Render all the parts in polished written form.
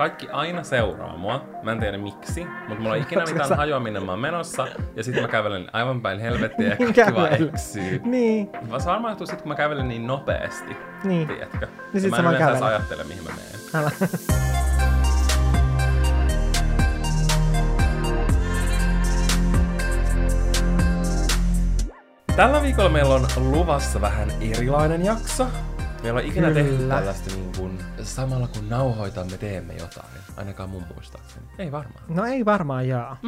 kaikki aina seuraa mua. Mä en tiedä miksi, mutta mulla ei ikinä mitään hajua, minne mä oon menossa. Ja sitten mä kävelen aivan päin helvettiä ja kaikki vaan eksyy. Niin. Se varmaan johtuu sit, kun mä kävelen niin nopeasti. Niin. Tiedätkö? Niin sit mä sä en vaan yleensä kävelet. ajattele, mihin mä menen. Älä. Tällä viikolla meillä on luvassa vähän erilainen jakso. Meillä on ikinä tehty Kyllä. tällaista niin kuin, samalla kun nauhoitamme teemme jotain. Ainakaan mun muistaakseni. Ei varmaan. No ei varmaan jaa.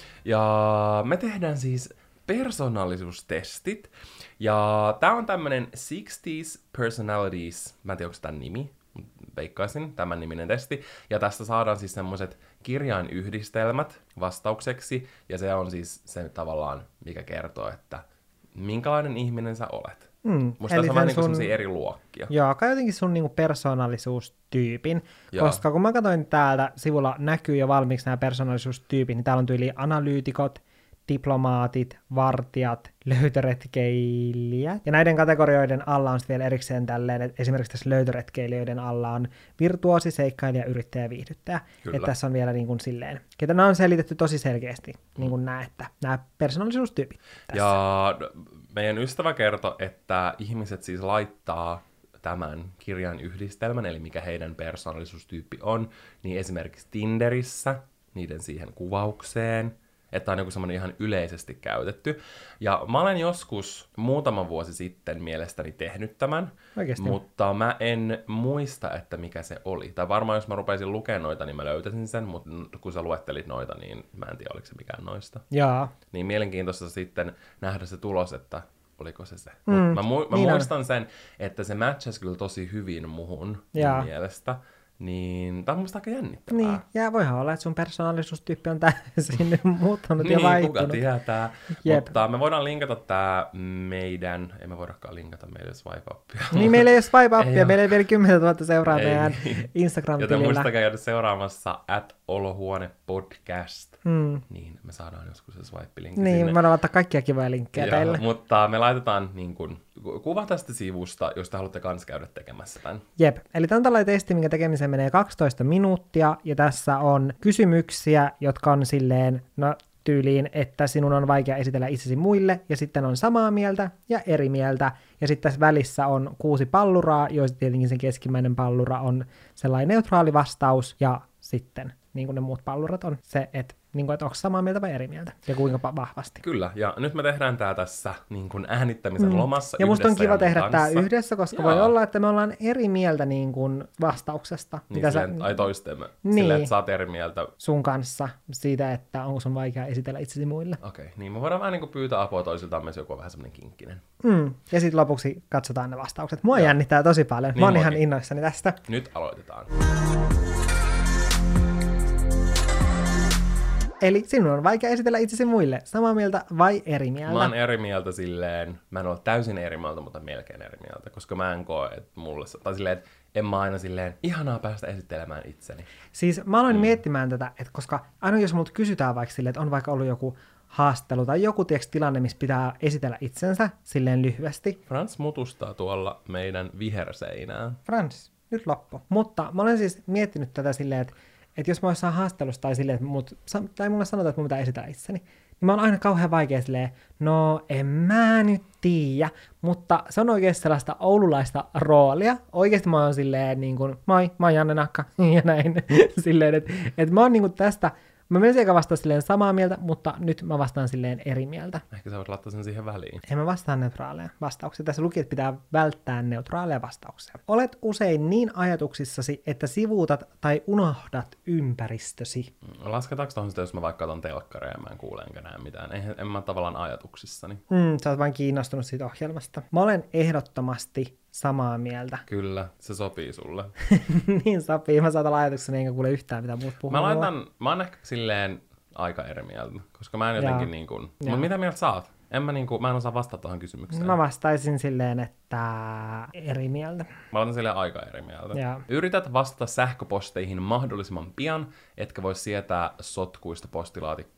Ja me tehdään siis persoonallisuustestit. Ja tää on tämmönen 60s Personalities, mä en tiedä onko tän nimi, veikkaisin, tämän niminen testi. Ja tästä saadaan siis semmoset kirjainyhdistelmät vastaukseksi. Ja se on siis se tavallaan, mikä kertoo, että minkälainen ihminen sä olet. Musta tässä on vähän niinku semmosia eri luokkia. Joo, kai jotenkin sun niinku persoonallisuustyypin, Joo. koska kun mä katsoin täältä sivulla näkyy jo valmiiksi nämä persoonallisuustyypit, niin täällä on tyyli analyytikot, diplomaatit, vartijat, löytöretkeilijät. Ja näiden kategorioiden alla on sitten vielä erikseen tälleen, että esimerkiksi tässä löytöretkeilijöiden alla on virtuosi, seikkailija, yrittäjä, viihdyttäjä. Että tässä on vielä niin kuin silleen, ketä nämä on selitetty tosi selkeästi, niin kuin nämä persoonallisuustyypit tässä. Ja meidän ystävä kertoi, että ihmiset siis laittaa tämän kirjan yhdistelmän, eli mikä heidän persoonallisuustyyppi on, niin esimerkiksi Tinderissä, niiden siihen kuvaukseen, että on joku semmoinen ihan yleisesti käytetty. Ja mä olen joskus muutama vuosi sitten mielestäni tehnyt tämän, Oikeasti? mutta mä en muista, että mikä se oli. Tai varmaan jos mä rupeisin lukemaan noita, niin mä löytäisin sen, mutta kun sä luettelit noita, niin mä en tiedä, oliko se mikään noista. Jaa. Niin mielenkiintoista sitten nähdä se tulos, että oliko se se. Mä niin muistan sen, että se matchasi kyllä tosi hyvin mun mielestä. Niin tää on musta aika jännittävää. Niin, ja voihan olla, että sun persoonallisuustyyppi on täysin muuttunut ja niin, vaihtunut. kuka tietää. Jep. Mutta me voidaan linkata tää meidän, ei me voidakaan linkata meidän swipe-appia. Niin, meillä ei ole swipe-appia, Ei meillä ei vielä 10 000 seuraa meidän Joten Instagram-tilillä. muistakaa käydä seuraamassa @olohuonepodcast. Niin me saadaan joskus se swipe-linkki Niin, sinne. me voidaan laittaa kaikkia kivoja linkkejä teille. Mutta me laitetaan niin kun, kuva tästä sivusta, jos te haluatte kans käydä tekemässä tämän. Jep, eli tämä on tällainen testi, minkä tekemiseen menee 12 minuuttia, ja tässä on kysymyksiä, jotka on silleen, no tyyliin, että sinun on vaikea esitellä itsesi muille, ja sitten on samaa mieltä ja eri mieltä, ja sitten tässä välissä on 6 palluraa, joista tietenkin sen keskimmäinen pallura on sellainen neutraali vastaus, ja sitten niin kuin ne muut pallurat on se, että niin kuin, että onko samaa mieltä vai eri mieltä, ja kuinka vahvasti. Kyllä, ja nyt me tehdään tää tässä niin kuin äänittämisen lomassa ja musta on yhdessä kiva ja tehdä mun tämä kanssa. yhdessä, koska Joo. voi olla, että me ollaan eri mieltä niin kuin vastauksesta. Niin, mitä silleen, ai toistemme. Niin. Silleen, että sä oot eri mieltä. sun kanssa siitä, että onko sun vaikea esitellä itsesi muille. Okei, niin me voidaan vähän niin kuin pyytää apua toisiltaan, jos joku on vähän semmonen kinkkinen. Ja sitten lopuksi katsotaan ne vastaukset. Mua jännittää tosi paljon. Niin Mä oon ihan muakin. innoissani tästä. Nyt aloitetaan. Eli sinun on vaikea esitellä itsesi muille. Samaa mieltä vai eri mieltä? Mä oon eri mieltä silleen, mä en ole täysin eri mieltä, mutta melkein eri mieltä, koska mä en koe, että mulle, tai silleen, että en mä aina silleen, ihanaa päästä esittelemään itseni. Siis mä aloin miettimään tätä, että koska aina jos multa kysytään vaikka silleen, että on vaikka ollut joku haastattelu tai joku tilanne, missä pitää esitellä itsensä silleen lyhyesti. Frans mutustaa tuolla meidän viherseinään. Frans, nyt loppu. Mutta mä olen siis miettinyt tätä silleen, että jos mä oon jossain haastattelussa tai silleen, että mulle sanotaan, että mun pitää esitellä itseni, niin mä oon aina kauhean vaikea silleen, no en mä nyt tiedä, mutta se on oikeasti sellaista oululaista roolia. Oikeasti mä oon silleen niin kuin, moi, mä oon Janne Nakka, ja näin. Silleen, että mä oon niin kuin tästä, mä menisin eikä vastaa silleen samaa mieltä, mutta nyt mä vastaan silleen eri mieltä. Ehkä sä voit laittaa sen siihen väliin. En mä vastaa neutraaleja vastauksia. Tässä luki, että pitää välttää neutraaleja vastauksia. Olet usein niin ajatuksissasi, että sivuutat tai unohdat ympäristösi. Lasketaanko tohon sitä, jos mä vaikka otan telkkaria ja mä en kuule enkä näe mitään? En mä tavallaan ajatuksissani. Sä oot vain kiinnostunut siitä ohjelmasta. Mä olen ehdottomasti samaa mieltä. Kyllä, se sopii sulle. Niin sopii. Mä saatan ajatukseni enkä kuule yhtään, mitä muut puhuu. Mä oon ehkä silleen aika eri mieltä, koska mä en jotenkin niin kuin... Mutta mitä mieltä sä oot? Mä en osaa vastata tuohon kysymykseen. Mä vastaisin silleen, että eri mieltä. Mä otan silleen aika eri mieltä. Jaa. Yrität vastata sähköposteihin mahdollisimman pian, etkä voi sietää sotkuista postilaatikkoa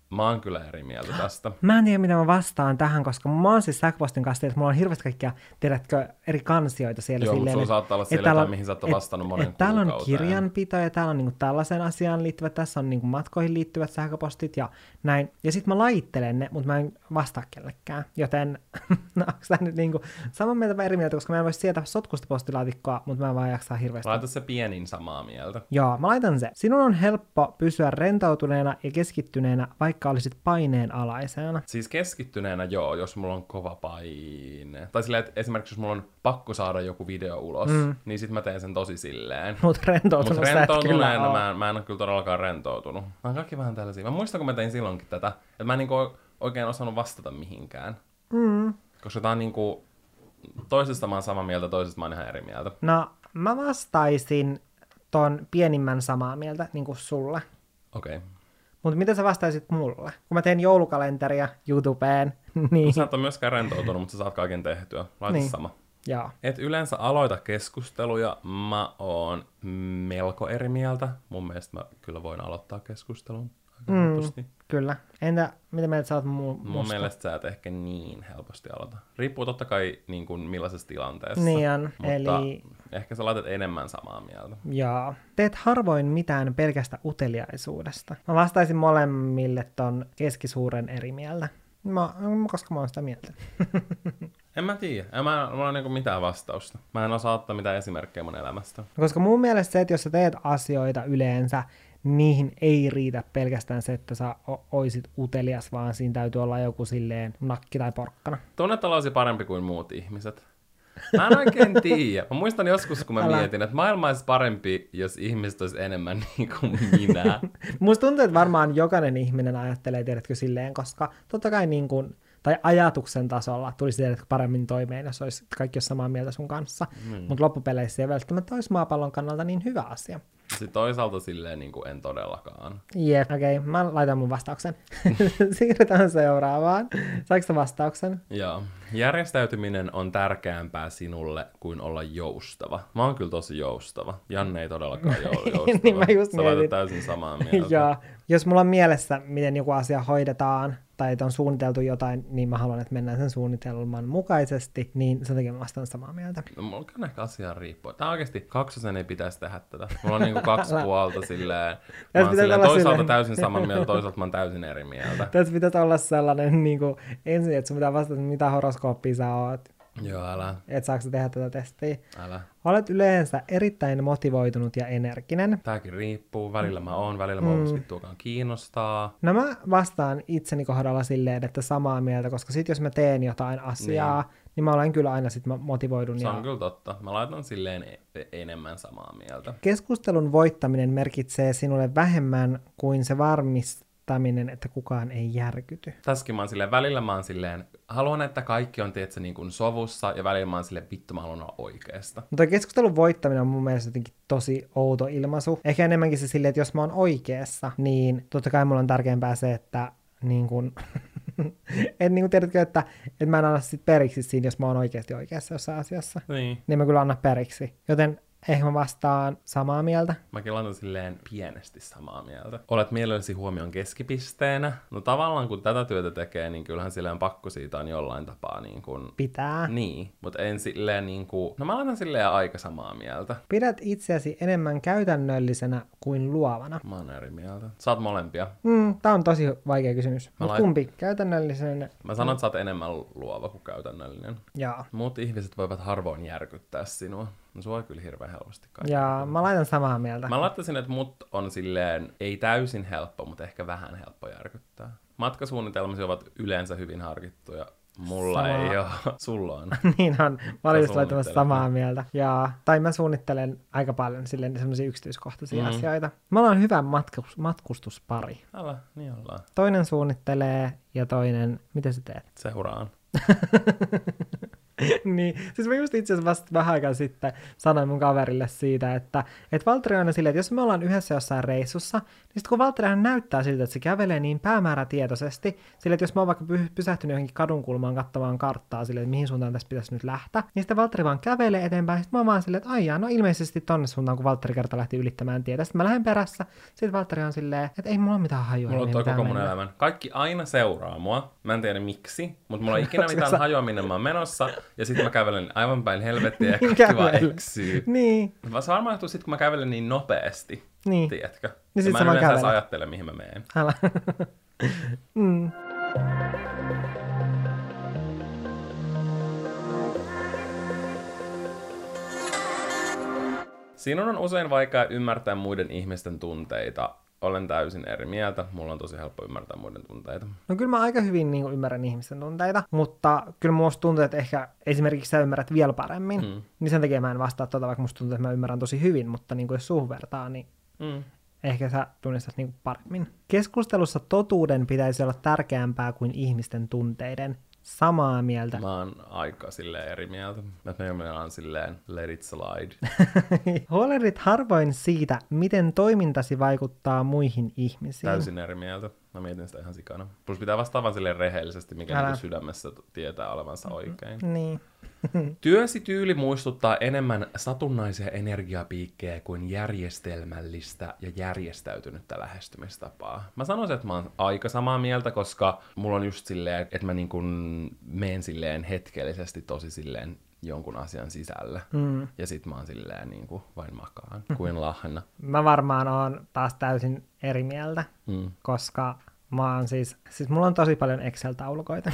Mä oon kyllä eri mieltä tästä. Mä en tiedä, mitä mä vastaan tähän, koska mä oon siis sähköpostin kanssa, että mulla on hirveästi kaikkia, tiedätkö, eri kansioita siellä. Joo, mutta sulla saattaa olla siellä jotain, mihin sä et ole vastannut monen kuukauteen. Täällä on kirjanpito ja täällä on niinku tällaiseen asiaan liittyvät, tässä on niinku matkoihin liittyvät sähköpostit ja näin. Ja sit mä laittelen ne, mutta mä en vastaa kellekään. Joten no, onko tää nyt niinku samaa mieltä vai eri mieltä, koska mä en voi sietää sotkusta postilaatikkoa, mutta mä en vaan jaksaa hirveästi. Laita se pienin samaa mieltä. Joo, mä laitan se. Sinun on helppo pysyä rentoutuneena ja keskittyneenä, vaikka olisit paineen alaisena. Siis keskittyneenä joo, jos mulla on kova paine. Tai silleen, että esimerkiksi jos mulla on pakko saada joku video ulos, niin sit mä teen sen tosi silleen. Mut rentoutuneena mä en ole kyllä todellakaan rentoutunut. Mä oon kaikki vähän tällaisia. Mä muistan, kun mä tein silloinkin tätä, että mä en niinku oikein osannut vastata mihinkään. Koska tää on niinku, toisesta mä oon samaa mieltä, toisesta mä oon ihan eri mieltä. No, mä vastaisin ton pienimmän samaa mieltä, niin kuin sulle. Okei. Okay. Mutta mitä sä vastaisit mulle? Kun mä teen joulukalenteria YouTubeen, niin... Sä et ole myöskään rentoutunut, mutta sä saat kaiken tehtyä. Laita niin. sama. Joo. Et yleensä aloita keskusteluja. Mä oon melko eri mieltä. Mun mielestä mä kyllä voin aloittaa keskustelun aika helposti. Kyllä. Entä mitä mieltä sä oot Mun mielestä sä et ehkä niin helposti aloita. Riippuu totta kai niin kuin millaisessa tilanteessa. Niin on, mutta eli... ehkä sä laitat enemmän samaa mieltä. Joo. Teet harvoin mitään pelkästä uteliaisuudesta. Mä vastaisin molemmille ton keskisuuren eri mieltä. Koska mä oon sitä mieltä. En mä tiedä. Mulla on niinku mitään vastausta. Mä en osaa ottaa mitään esimerkkejä mun elämästä. Koska mun mielestä se, että jos sä teet asioita yleensä, niihin ei riitä pelkästään se, että sä oisit utelias, vaan siinä täytyy olla joku silleen nakki tai porkkana. Tunnet olisi parempi kuin muut ihmiset. Mä en oikein tiedä. Mä muistan joskus, kun mä mietin, että maailma olisi parempi, jos ihmiset olisi enemmän niin kuin minä. Musta tuntuu, että varmaan jokainen ihminen ajattelee, tiedätkö, silleen, koska totta kai niin kuin, tai ajatuksen tasolla tulisi tiedätkö paremmin toimeen, jos olisi kaikki samaa mieltä sun kanssa. Mutta loppupeleissä se ei välttämättä olisi maapallon kannalta niin hyvä asia. Sitten toisaalta silleen niin kuin en todellakaan. Jep, okei. Mä laitan mun vastauksen. Siirrytään seuraavaan. Saiko sä vastauksen? Joo. Järjestäytyminen on tärkeämpää sinulle kuin olla joustava. Mä oon kyllä tosi joustava. Janne ei todellakaan joustava. Niin mä just sä laitat täysin samaa mieltä. Joo. Jos mulla on mielessä, miten joku asia hoidetaan, tai että on suunniteltu jotain, niin mä haluan, että mennään sen suunnitelman mukaisesti, niin sen takia mä vastaan samaa mieltä. No, mulla on ehkä asiaa riippuu. Tää oikeesti kaksosen ei pitäisi tehdä tätä. Mulla on niinku kaksi puolta silleen. Mä oon silleen toisaalta täysin samaa mieltä, toisaalta mä oon täysin eri mieltä. Tässä pitäisi olla sellainen niinku, ensin, että sun pitää vastata, mitä horoskooppia sä oot. Joo, älä. Et saako sä tehdä tätä testiä. Älä. Olet yleensä erittäin motivoitunut ja energinen. Tääkin riippuu. Välillä mä oon, välillä mä vittuakaan kiinnostaa. No mä vastaan itseni kohdalla silleen, että samaa mieltä, koska sit jos mä teen jotain asiaa, niin mä olen kyllä aina sit motivoidun. Se on kyllä totta. Mä laitan silleen enemmän samaa mieltä. Keskustelun voittaminen merkitsee sinulle vähemmän kuin se varmistaminen, että kukaan ei järkyty. Tässäkin mä oon silleen, välillä mä oon silleen, haluan, että kaikki on tietysti niin kuin sovussa, ja välillä mä oon silleen, vittu mä haluan olla oikeasta. Mutta keskustelun voittaminen on mun mielestä jotenkin tosi outo ilmaisu. Ehkä enemmänkin se silleen, että jos mä oon oikeassa, niin totta kai mulla on tärkeämpää se, että niin kun et niin kuin tiedätkö, että mä en anna sit periksi siinä, jos mä oon oikeasti oikeassa jossain asiassa. Niin mä kyllä anna periksi. Joten ehkä mä vastaan samaa mieltä. Mäkin laitan silleen pienesti samaa mieltä. Olet mielelläsi huomion keskipisteenä. No tavallaan kun tätä työtä tekee, niin kyllähän silleen pakko siitä on jollain tapaa niin kuin... Pitää. Niin, mutta en silleen niin kuin... No mä laitan silleen aika samaa mieltä. Pidät itseäsi enemmän käytännöllisenä kuin luovana. Mä oon eri mieltä. Sä oot molempia. Tää on tosi vaikea kysymys. Kumpi? Käytännöllisen? Mä sanon, että sä oot enemmän luova kuin käytännöllinen. Jaa. Muut ihmiset voivat harvoin järkyttää sinua. No sua kyllä hirveän helposti kaikki. Ja mä laitan samaa mieltä. Mä laittaisin, että mut on silleen, ei täysin helppo, mutta ehkä vähän helppo järkyttää. Matkasuunnitelmasi ovat yleensä hyvin harkittuja. Mulla ei oo. Sulla on. Niin on. Mä olin just laittamassa samaa mieltä. Tai mä suunnittelen aika paljon silleen semmoisia yksityiskohtaisia asioita. Me ollaan hyvä matkustuspari. Niin ollaan. Toinen suunnittelee ja toinen, mitä sä teet? Seuraan. Niin, siis mä just itse asiassa vasta vähän aikaa sitten sanoin mun kaverille siitä, että Valtteri on aina silleen, että jos me ollaan yhdessä jossain reissussa, niin sitten kun Valtteri näyttää siltä, että se kävelee niin päämäärätietoisesti, sille että jos mä oon vaikka pysähtynyt johonkin kadunkulmaan katsomaan karttaa silleen, että mihin suuntaan tässä pitäisi nyt lähteä, niin sitten Valtteri vaan kävelee eteenpäin, sitten mä oon vaan silleen, että aijaa, no ilmeisesti tonne suuntaan, kun Valtteri kerta lähti ylittämään tietä. Sitten mä lähden perässä, sitten Valtteri on silleen, että ei mulla ole mitään hajua. Mulla on toi koko mun elämän. Kaikki aina seuraa mua. Mä en tiedä miksi, mutta mulla ei ikinä mitään hajua, minne mä oon menossa. Ja sitten mä kävelen aivan päin helvettiä ja kaikki vaan eksyy. Niin. Se varmaan johtuu sit, kun mä kävelen niin nopeasti. Niin. Tiedätkö? Niin sit mä sä en vaan yleensä kävelet. ajattele, mihin mä meen. Älä. mm. Sinun on usein vaikea ymmärtää muiden ihmisten tunteita. Olen täysin eri mieltä. Mulla on tosi helppo ymmärtää muiden tunteita. No kyllä mä aika hyvin niin kuin, ymmärrän ihmisten tunteita, mutta kyllä musta tuntuu, että ehkä esimerkiksi sä ymmärrät vielä paremmin, niin sen takia mä en vastaa vaikka musta tuntuu, että mä ymmärrän tosi hyvin, mutta niin kuin, jos suhun vertaa, niin ehkä sä tunnistat niin kuin, paremmin. Keskustelussa totuuden pitäisi olla tärkeämpää kuin ihmisten tunteiden. Samaa mieltä. Mä oon aika silleen eri mieltä. Mä oon silleen let it slide. Huolehdit harvoin siitä, miten toimintasi vaikuttaa muihin ihmisiin. Täysin eri mieltä. Mä mietin sitä ihan sikana. Plus pitää vastaa vaan silleen rehellisesti, mikä niin sydämessä tietää olevansa oikein. Niin. Työsi tyyli muistuttaa enemmän satunnaisia energiapiikkejä kuin järjestelmällistä ja järjestäytynyttä lähestymistapaa. Mä sanoisin, että mä oon aika samaa mieltä, koska mulla on just silleen, että mä niin kuin meen silleen hetkellisesti tosi silleen jonkun asian sisällä. Ja sit mä oon silleen niin kuin vain makaan kuin lahna. Mä varmaan oon taas täysin eri mieltä, koska mä oon siis mulla on tosi paljon Excel-taulukoita.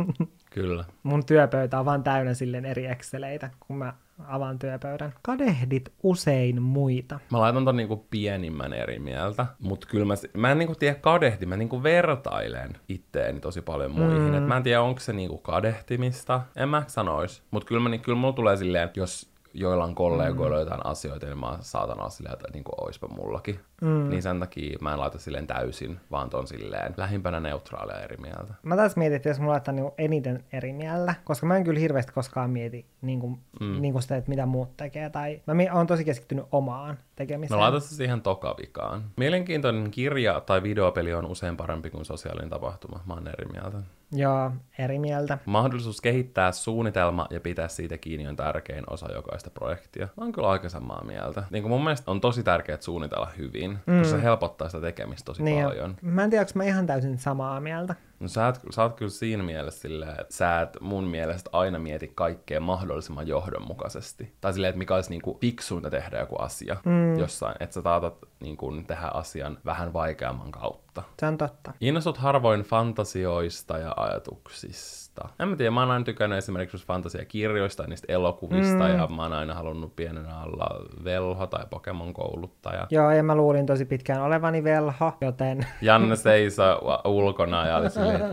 Kyllä. Mun työpöytä on vaan täynnä silleen eri Exceleitä, kun mä avaan työpöydän. Kadehdit usein muita. Mä laitan ton niinku pienimmän eri mieltä, mut kyllä mä en niinku tiedä kadehti, mä niinku vertailen itteeni tosi paljon muihin. Et mä en tiedä, onko se niinku kadehtimista, en mä sanois. Mut kyllä mulla tulee silleen, jos joilla on kollegoilla jotain asioita, niin mä saatan olla silleen, että niinku oispa mullakin. Niin sen takia mä en laita silleen täysin, vaan ton silleen lähimpänä neutraalia eri mieltä. Mä taas mietin, että jos mulla laittaa niinku eniten eri mieltä, koska mä en kyllä hirveästi koskaan mieti niinku sitä, että mitä muut tekee, tai mä oon tosi keskittynyt omaan tekemiseen. Mä laitan se siihen tokavikaan. Mielenkiintoinen kirja tai videopeli on usein parempi kuin sosiaalinen tapahtuma. Mä oon eri mieltä. Joo, eri mieltä. Mahdollisuus kehittää suunnitelma ja pitää siitä kiinni on tärkein osa jokaista projektia. Mä oon kyllä aika samaa mieltä. Niin mun mielestä on tosi tärkeää suunnitella hyvin, koska se helpottaa sitä tekemistä tosi paljon. Mä en tiedä, onko mä ihan täysin samaa mieltä. No sä oot kyllä siinä mielessä silleen, että sä et mun mielestä aina mieti kaikkea mahdollisimman johdonmukaisesti. Tai silleen, että mikä olisi niinku fiksuinta tehdä joku asia jossain. Että sä taatat niinku tehdä asian vähän vaikeamman kautta. Se on totta. Innostut harvoin fantasioista ja ajatuksista. En mä tiedä, mä oon aina tykännyt esimerkiksi fantasiakirjoista ja niistä elokuvista, ja mä oon aina halunnut pienenä olla velho tai Pokemon-kouluttaja. Joo, ja mä luulin tosi pitkään olevani velho, joten... Janne seisoi ulkona ja oli silleen,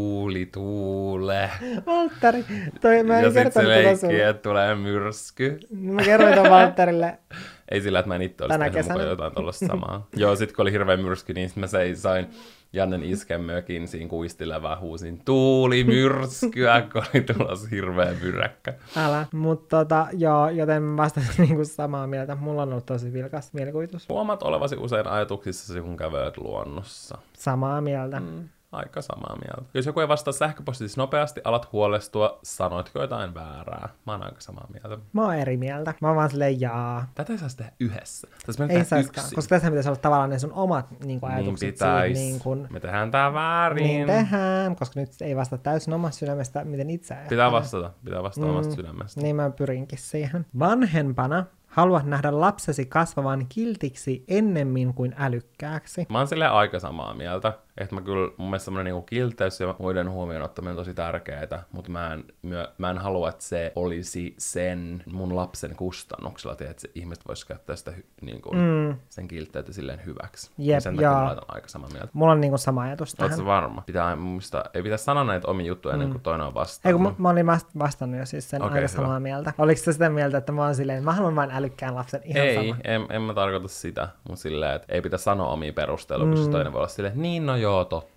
tuule. Valtteri, mä en ja sit se leikki, sulle. että tulee myrsky. Mä kerroin ton Valtterille. Ei sillä, että mä en itse olisi tehnyt mukaan jotain tollaista samaa. Joo, sit kun oli hirveä myrsky, niin mä seisoin Jannen isken mökin siinä kuistilla, vaan huusin tuuli myrskyä, kun oli tulossa hirveä myräkkä. Älä, mutta joo, joten mä vastasin niinku samaa mieltä. Mulla on ollut tosi vilkas mielikuvitus. Huomaat olevasi usein ajatuksissasi, kun kävelet luonnossa. Samaa mieltä. Aika samaa mieltä. Jos joku ei vastaa sähköpostissa nopeasti, alat huolestua, sanoitko jotain väärää? Mä oon aika samaa mieltä. Mä oon eri mieltä. Mä oon vaan silleen jaa. Tätä ei saisi tehdä yhdessä. Ei saiskaan, koska tässä pitäisi olla tavallaan ne sun omat niinku, ajatukset. Niin pitäis. Siitä, niin kun... Me tehdään tää väärin. Niin tehdään, koska nyt ei vasta täysin omasta sydämestä, miten itse Pitää vastata omasta sydämestä. Niin mä pyrinkin siihen. Vanhempana haluat nähdä lapsesi kasvavan kiltiksi ennemmin kuin älykkääksi. Mä oon silleen aika samaa mieltä. Että mun mielestä semmoinen niinku kilteys ja muiden huomioon ottaminen on tosi tärkeää, mutta mä en halua, että se olisi sen mun lapsen kustannuksella, että se ihmiset vois käyttää sitä sen kiltteyttä silleen hyväksi. Jep, sen takia mä laitan aika samaa mieltä. Mulla on niinku sama ajatus tähän. Ootko varma? Ei pitäisi sanoa näitä omia juttuja ennen kuin toinen on vastannut. Ei kun mä olin vastannut jo siis sen aika samaa mieltä. Oliko se sitä mieltä, että mä oon silleen, että mä haluan vain älykkään lapsen ihan sama? En mä tarkoita sitä, mutta silleen, että ei pitäisi sanoa omia perusteluja, koska toinen voi olla silleen, niin no joo, totta.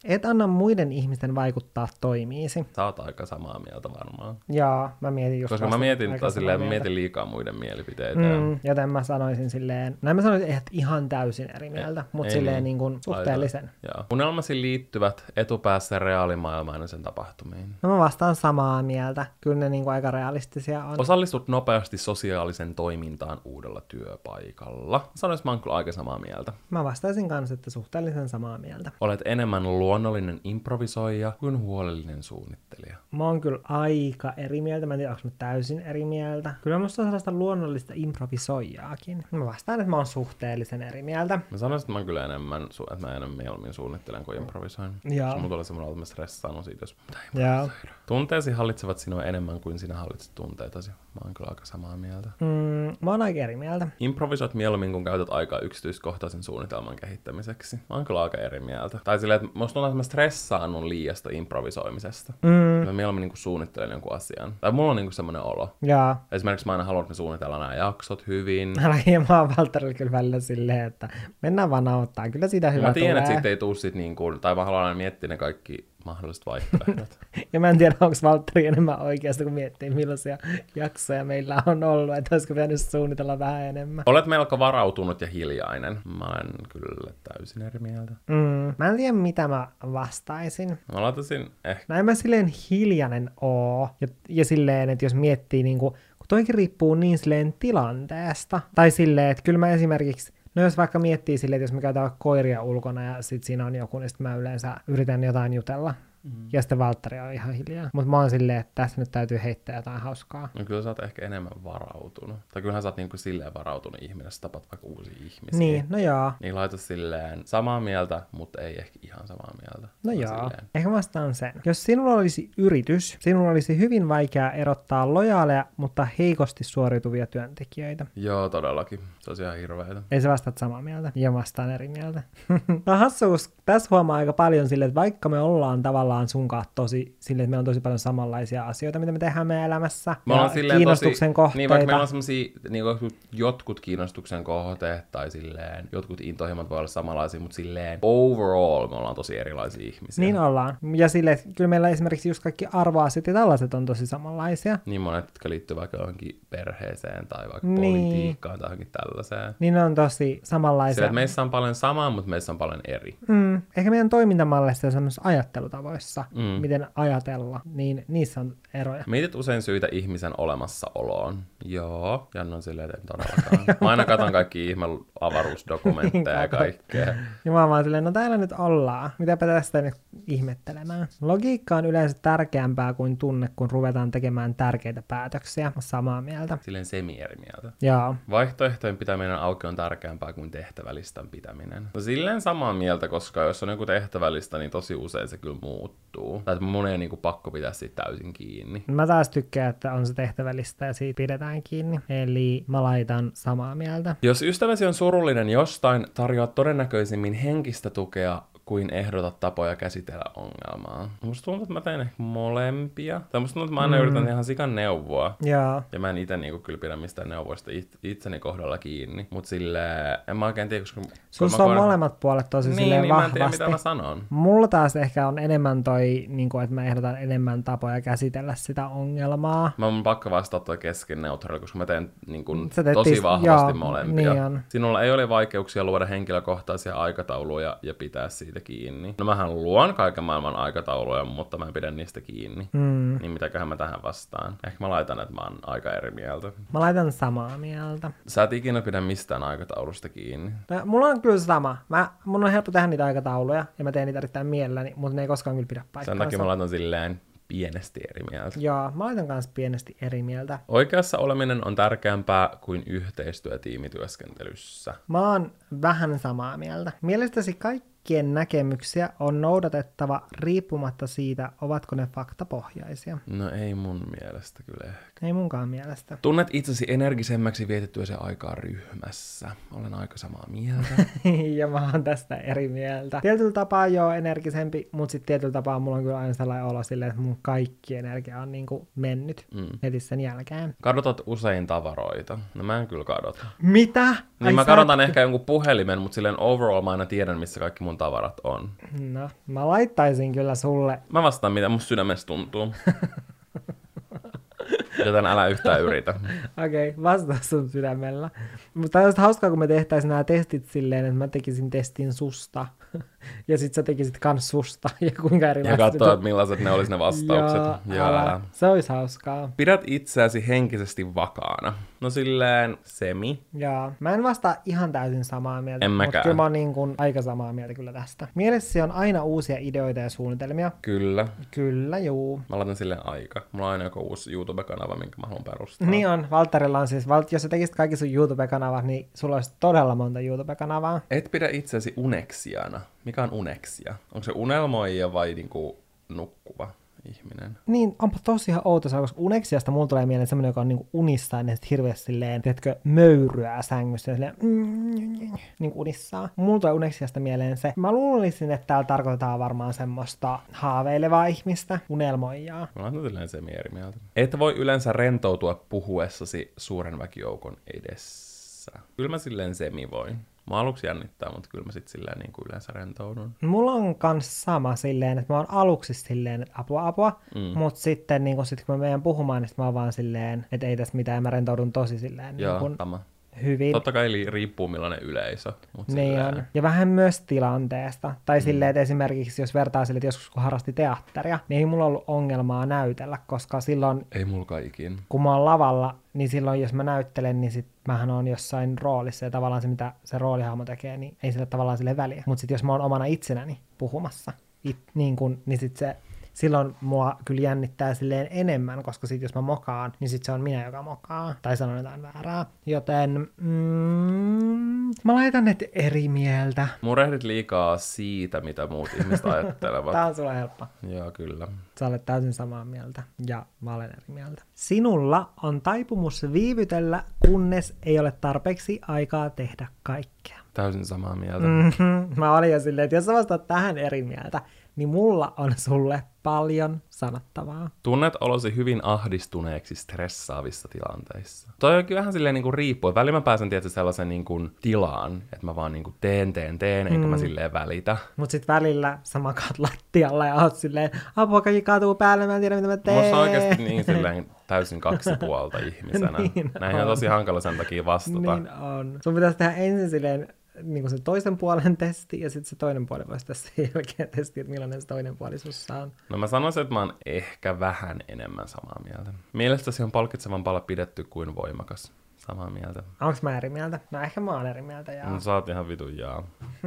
Et anna muiden ihmisten vaikuttaa toimiisi. Sä oot aika samaa mieltä varmaan. Joo, mä mietin just Koska mä mietin aika silleen, samaa mieltä. liikaa muiden mielipiteitä. Joten mä sanoisin silleen, mä sanoisin, että ihan täysin eri mieltä, mutta silleen niin kuin suhteellisen. Joo. Unelmasi liittyvät etupäässä reaalimaailmaan ja sen tapahtumiin. No mä vastaan samaa mieltä. Kyllä ne niin kuin aika realistisia on. Osallistut nopeasti sosiaalisen toimintaan uudella työpaikalla. Sanoisin, mä oon kyllä aika samaa mieltä. Mä vastaisin kanssa, että suhteellisen samaa mieltä. Olet enemmän luonnollinen improvisoija kuin huolellinen suunnittelija. Mä oon kyllä aika eri mieltä. Mä en tiedä, onko mä täysin eri mieltä. Kyllä musta on sellaista luonnollista improvisoijaakin. Mä vastaan, että mä oon suhteellisen eri mieltä. Mä sanoisin, että mä kyllä enemmän, että mä enemmän mieluummin suunnittelen kuin improvisoin. Joo. Mulla tulee semmoinen, että mä stressaan siitä, jos pitää Joo. improvisoida. Tunteesi hallitsevat sinua enemmän kuin sinä hallitset tunteitasi. Mä oon kyllä aika samaa mieltä. Mä oon aika eri mieltä. Improvisoit mieluummin, kun käytät aikaa yksityiskohtaisen suunnitelman kehittämiseksi. Mä oon kyllä aika eri mieltä. Tai silleen, että musta tuntuu, että mä stressaannun liiasta improvisoimisesta. Mä mieluummin niin suunnittelen jonkun asian. Tai mulla on niin semmoinen olo. Joo. Esimerkiksi mä aina haluan, että me suunnitellaan nämä jaksot hyvin. Mä oon Valtterilla kyllä välillä silleen, että mennään vaan nauttaa. Kyllä siitä hyvä Mä tiedän, tulee. että siitä ei tuu sit niin kuin, tai mä haluan aina miettiä ne kaikki mahdolliset vaihtoehdot. Ja mä en tiedä, onko Valtteri enemmän oikeasta, kun miettii, millaisia jaksoja meillä on ollut, että olisiko pitänyt suunnitella vähän enemmän. Olet melko varautunut ja hiljainen. Mä olen kyllä täysin eri mieltä. Mä en tiedä, mitä mä vastaisin. Mä laitaisin ehkä. Näin mä silleen hiljainen oo. Ja silleen, että jos miettii, niin kun toikin riippuu niin silleen tilanteesta. Tai silleen, että kyllä mä esimerkiksi, no jos vaikka miettii silleen, että jos me käytetään koiria ulkona ja sit siinä on joku, niin sit mä yleensä yritän jotain jutella. Ja sitten Valtteri on ihan hiljaa. Mutta mä oon silleen, että tässä nyt täytyy heittää jotain hauskaa. No kyllä sä oot ehkä enemmän varautunut. Tai kyllähän sä oot niinku silleen varautunut ihminen, jos tapat vaikka uusia ihmisiä. Niin, no joo. Niin laita silleen samaa mieltä, mutta ei ehkä ihan samaa mieltä. No joo, silleen. ehkä vastaan sen. Jos sinulla olisi yritys, sinun olisi hyvin vaikea erottaa lojaaleja, mutta heikosti suoriutuvia työntekijöitä. Joo, todellakin. Se olisi ihan hirveetä. Ei se vastaat samaa mieltä, ja vastaan eri mieltä. No hassuus, tässä huomaa aika paljon silleen, että vaikka me ollaan tavallaan sunkaan tosi silleen, että meillä on tosi paljon samanlaisia asioita, mitä me tehdään meidän elämässä. Me ollaan silleen kiinnostuksen kohteita. Niin, vaikka meillä on semmosia, niin jotkut kiinnostuksen kohteet, tai silleen, jotkut intohimot voi olla samanlaisia, mutta silleen overall me ollaan tosi erilaisia ihmisiä. Niin ollaan. Ja silleen, että kyllä meillä esimerkiksi just kaikki arvoasiat ja tällaiset on tosi samanlaisia. Niin monet, jotka liittyy vaikka johonkin perheeseen, tai vaikka Niin. politiikkaan, tai johonkin tällaiseen. Niin ne on tosi samanlaisia. Silleen, että meissä on paljon samaa, mutta meissä on paljon eri. Ehkä meidän toimintamalleissa ja semmoisissa ajattelutavoissa, miten ajatella, niin niissä on eroja. Mietit usein syitä ihmisen olemassaoloon. Joo, Janne on silleen, että en todellakaan. Mä aina katon kaikki ihme avaruusdokumentteja ja kaikkea. Ja mä oon vaan silleen, no täällä nyt ollaan. Mitäpä tästä nyt ihmettelemään. Logiikka on yleensä tärkeämpää kuin tunne, kun ruvetaan tekemään tärkeitä päätöksiä. Samaa mieltä. Silleen semi-eri mieltä. Joo. Vaihtoehtojen pitäminen auki on tärkeämpää kuin tehtävälistan pitäminen. No silleen samaa mieltä, koska jos on joku tehtävälista, niin tosi usein se kyllä muuttuu. Tai että mun ei niinku pakko pitää siitä täysin kiinni. Mä taas tykkään, että on se tehtävälistä ja siitä pidetään kiinni. Eli mä laitan samaa mieltä. Jos ystäväsi on surullinen jostain, tarjoat todennäköisemmin henkistä tukea kuin ehdotat tapoja käsitellä ongelmaa. Musta tuntuu, että mä teen ehkä molempia. Tai musta tuntuu, että mä aina yritän ihan sikan neuvoa. Joo. Ja mä en ite niinku kyllä pidä mistään neuvoista itseni kohdalla kiinni. Mut silleen, en mä oikein tiedä, koska Sussa on molemmat puolet tosi silleen niin, vahvasti. Mä en tiedä, mitä mä sanon. Mulla taas ehkä on enemmän toi, niin kuin, että mä ehdotan enemmän tapoja käsitellä sitä ongelmaa. Mä oon pakko vastata toi kesken neutraali, koska mä teen niin kun, Sä teet tosi vahvasti joo, molempia. niin on. Sinulla ei ole vaikeuksia luoda henkilökohtaisia aikatauluja ja pitää siitä kiinni. No mähän luon kaiken maailman aikatauluja, mutta mä en pidä niistä kiinni. Niin mitäköhän mä tähän vastaan? Ehkä mä laitan, että mä oon aika eri mieltä. Mä laitan samaa mieltä. Sä et ikinä pidä mistään aikataulusta kiinni. No, mulla on kyllä sama. Mun on helppo tehdä niitä aikatauluja, ja mä teen niitä erittäin mielelläni, mutta ne ei koskaan kyllä pidä paikkaansa. Sen takia mä laitan silleen pienesti eri mieltä. Joo, mä laitan kanssa pienesti eri mieltä. Oikeassa oleminen on tärkeämpää kuin yhteistyö tiimityöskentelyssä. Mä oon vähän samaa mieltä. Mielestäsi kaikkien näkemyksiä on noudatettava riippumatta siitä, ovatko ne faktapohjaisia. No ei mun mielestä kyllä ehkä. Ei munkaan mielestä. Tunnet itsesi energisemmäksi vietettyäsi aikaa ryhmässä. Olen aika samaa mieltä. Ja mä oon tästä eri mieltä. Tietyllä tapaa joo energisempi, mutta sitten tietyllä tapaa mulla on kyllä aina sellainen olo silleen, että mun kaikki energia on niinku mennyt heti sen jälkeen. Kadotat usein tavaroita. No mä en kyllä kadota. Mitä? Niin mä kadotan ehkä jonkun puhelimen, mutta silleen overall mä aina tiedän, missä kaikki mun mun tavarat on. No, mä laittaisin kyllä sulle. Mä vastaan, mitä mun sydämessä tuntuu. Joten älä yhtään yritä. Okei, vastaa sun sydämellä. Mutta olisi hauskaa, kun me tehtäisiin nämä testit silleen, että mä tekisin testin susta. Ja sit sä tekisit kans susta. Ja kuinka erilaiset. Ja katsoa, että millaiset ne olisi ne vastaukset. Älä. Se olisi hauskaa. Pidät itseäsi henkisesti vakaana. No silleen semi. Jaa. Mä en vastaa ihan täysin samaa mieltä. En mäkään. Mutta kyllä mä oon niin kuin aika samaa mieltä kyllä tästä. Mielessäsi on aina uusia ideoita ja suunnitelmia. Kyllä. Kyllä, juu. Mä laitan silleen aika. Mulla on aina joku uusi YouTube-kanava, minkä mä haluan perustaa. Niin on. Valtterilla on siis, jos sä tekisit kaikki sun YouTube-kanavat, niin sulla olisi todella monta YouTube-kanavaa. Et pidä itseäsi uneksiana. Mikä on uneksia? Onko se unelmoija vai niinku nukkuva ihminen? Niin, onpa tosiaan outo sanoa, koska uneksiasta mulla tulee mieleen semmoinen, joka on niinku unissaan ja sit hirveästi silleen, teetkö, möyryää sängyssä ja silleen, niinku unissaan. Mulla tulee uneksiasta mieleen se. Mä luulisin, että täällä tarkoitetaan varmaan semmoista haaveilevaa ihmistä, unelmoijaa. Mä oon silleen semi eri mieltä. Et voi yleensä rentoutua puhuessasi suuren väkijoukon edessä. Kyllä mä silleen semi voin. Mä aluksi jännittää, mutta kyllä mä sit silleen niin kuin yleensä rentoudun. Mulla on kans sama silleen, että mä oon aluksi silleen, että apua, mutta sitten niin kun mä menen puhumaan, niin mä oon vaan silleen, että ei tässä mitään, mä rentoudun tosi silleen. Joo, niin sama. Hyvin. Totta kai riippuu millainen yleisö. Mutta niin silleen... on. Ja vähän myös tilanteesta. Tai silleen, että esimerkiksi jos vertaa sille, että joskus kun harrasti teatteria, niin ei mulla ollut ongelmaa näytellä, koska silloin... Ei mulla ikin. Kun mä oon lavalla, niin silloin jos mä näyttelen, niin sit mähän oon jossain roolissa ja tavallaan se, mitä se roolihahmo tekee, niin ei sille tavallaan sille väliä. Mutta sit jos mä oon omana itsenäni puhumassa, niin sit se... Silloin mua kyllä jännittää silleen enemmän, koska sit jos mä mokaan, niin sit se on minä, joka mokaa. Tai sanon jotain väärää. Joten mä laitan ne eri mieltä. Murehdit liikaa siitä, mitä muut ihmiset ajattelevat. Tää on sulle helppo. Joo, kyllä. Sä olet täysin samaa mieltä. Ja mä olen eri mieltä. Sinulla on taipumus viivytellä, kunnes ei ole tarpeeksi aikaa tehdä kaikkea. Täysin samaa mieltä. Mä olin jo silleen, että jos sä vastaat tähän eri mieltä, niin mulla on sulle paljon sanottavaa. Tunnet olosi hyvin ahdistuneeksi stressaavissa tilanteissa. Toi onkin vähän silleen niin kuin riippuu. Välillä mä pääsen tietysti sellaisen niin kuin tilaan, että mä vaan niin kuin teen, enkä mä silleen välitä. Mut sit välillä sä makaat lattialla ja oot silleen, apua kaikki kaatuu päälle, mä en tiedä mitä mä teen. Musta on oikeasti niin silleen täysin kaksi puolta ihmisenä. Niin näihin on tosi hankala sen takia vastata. Niin on. Sun pitäisi tehdä ensin silleen, niin kuin se toisen puolen testi, ja sitten se toinen puoli voisi tehdä sen jälkeen testi, että millainen se toinen puoli sussa on. No mä sanoisin, että mä oon ehkä vähän enemmän samaa mieltä. Mielestäsi on palkitsevampaa olla pidetty kuin voimakas. Samaa mieltä. Onks mä eri mieltä? No ehkä mä oon eri mieltä, jaa. No sä oot ihan vitun jaa.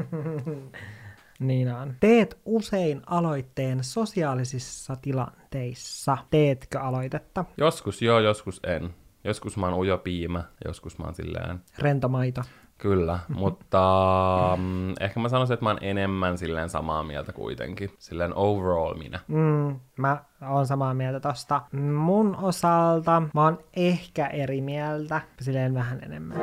Niin on. Teet usein aloitteen sosiaalisissa tilanteissa. Teetkö aloitetta? Joskus joo, joskus en. Joskus mä oon ujo piimä, joskus mä oon silleen... Rentomaito. Kyllä, mutta ehkä mä sanoisin, että mä oon enemmän silleen samaa mieltä kuitenkin. Silleen overall minä. Mä oon samaa mieltä tosta. Mun osalta mä oon ehkä eri mieltä, silleen vähän enemmän.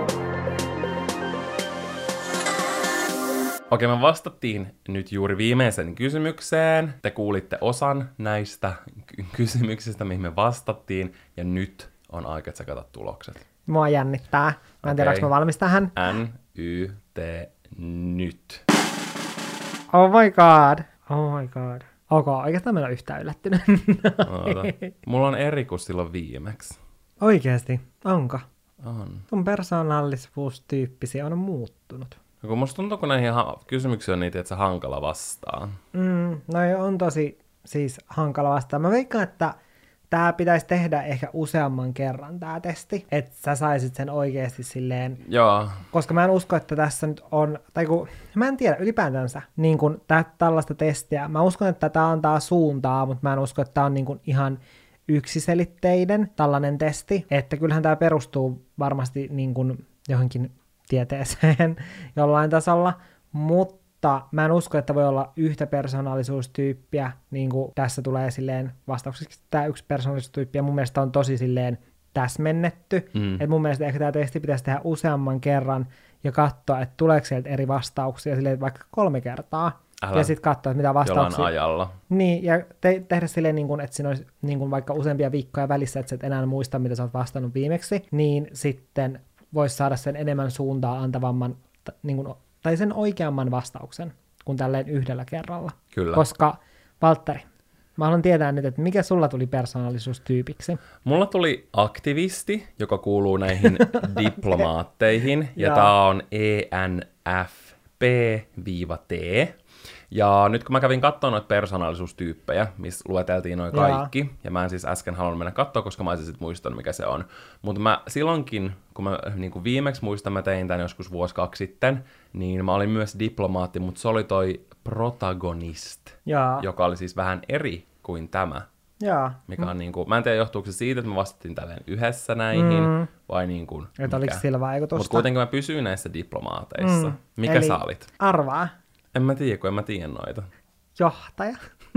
Okei, me vastattiin nyt juuri viimeisen kysymykseen. Te kuulitte osan näistä kysymyksistä, mihin me vastattiin, ja nyt on aika tsekata tulokset. Mua jännittää. Mä en tiedä, onko mä valmis tähän. NYT nyt. Oh my god. Oh my god. Ok, oikeastaan mä en ole yhtään yllättynyt. Mulla on eri kuin silloin viimeksi. Oikeesti? Onko? On. Sun persoonallisuustyyppisi on muuttunut. No, kun musta tuntuu, kun näihin kysymyksiin on niitä, että se hankala vastaa. No on tosi siis hankala vastaa. Mä veikkaan, että tää pitäisi tehdä ehkä useamman kerran tää testi, että sä saisit sen oikeesti silleen. Joo. Koska mä en usko, että tässä nyt on, tai kun, mä en tiedä ylipäätänsä niin kun tällaista testiä. Mä uskon, että tää antaa suuntaa, mutta mä en usko, että tää on niin kun ihan yksiselitteinen tällainen testi. Että kyllähän tää perustuu varmasti niin kun johonkin tieteeseen jollain tasolla, mutta mä en usko, että voi olla yhtä persoonallisuustyyppiä, niin kuin tässä tulee silleen vastaukseksi tämä yksi persoonallisuustyyppi, ja mun mielestä on tosi silleen täsmennetty, että mun mielestä ehkä tämä testi pitäisi tehdä useamman kerran ja katsoa, että tuleeko sieltä eri vastauksia silleen vaikka 3 kertaa, ja sitten katsoa, että mitä vastauksia. Jollain ajalla. Niin, ja tehdä silleen, niin kuin, että siinä olisi niin kuin vaikka useampia viikkoja välissä, että sä et enää muista, mitä sä oot vastannut viimeksi, niin sitten voisi saada sen enemmän suuntaa antavamman, niin kuin, tai sen oikeamman vastauksen. kuin tälleen yhdellä kerralla. Kyllä. Koska, Valtteri, mä haluan tietää nyt, että mikä sulla tuli persoonallisuustyypiksi? Mulla tuli aktivisti, joka kuuluu näihin diplomaatteihin, ja Jaa. tää on ENFP-T. Ja nyt kun mä kävin katsomaan noita persoonallisuustyyppejä, missä lueteltiin noin kaikki, ja mä en siis äsken halunnut mennä katsoa, koska mä olisin sit muistanut, mikä se on. Mutta mä silloinkin, kun mä niin viimeksi muistan, mä tein tän joskus vuosi 2 sitten, niin mä olin myös diplomaatti, mutta se oli toi protagonist, joka oli siis vähän eri kuin tämä. Mikä on niinku, mä en tiedä johtuuko se siitä, että mä vastattiin tälleen yhdessä näihin, vai niinku että oliko sillä vaikutusta. Mutta kuitenkin mä pysyin näissä diplomaateissa. Mikä eli sä olit? Arvaa. En mä tiedä, kun en mä tiedä noita. Johtaja.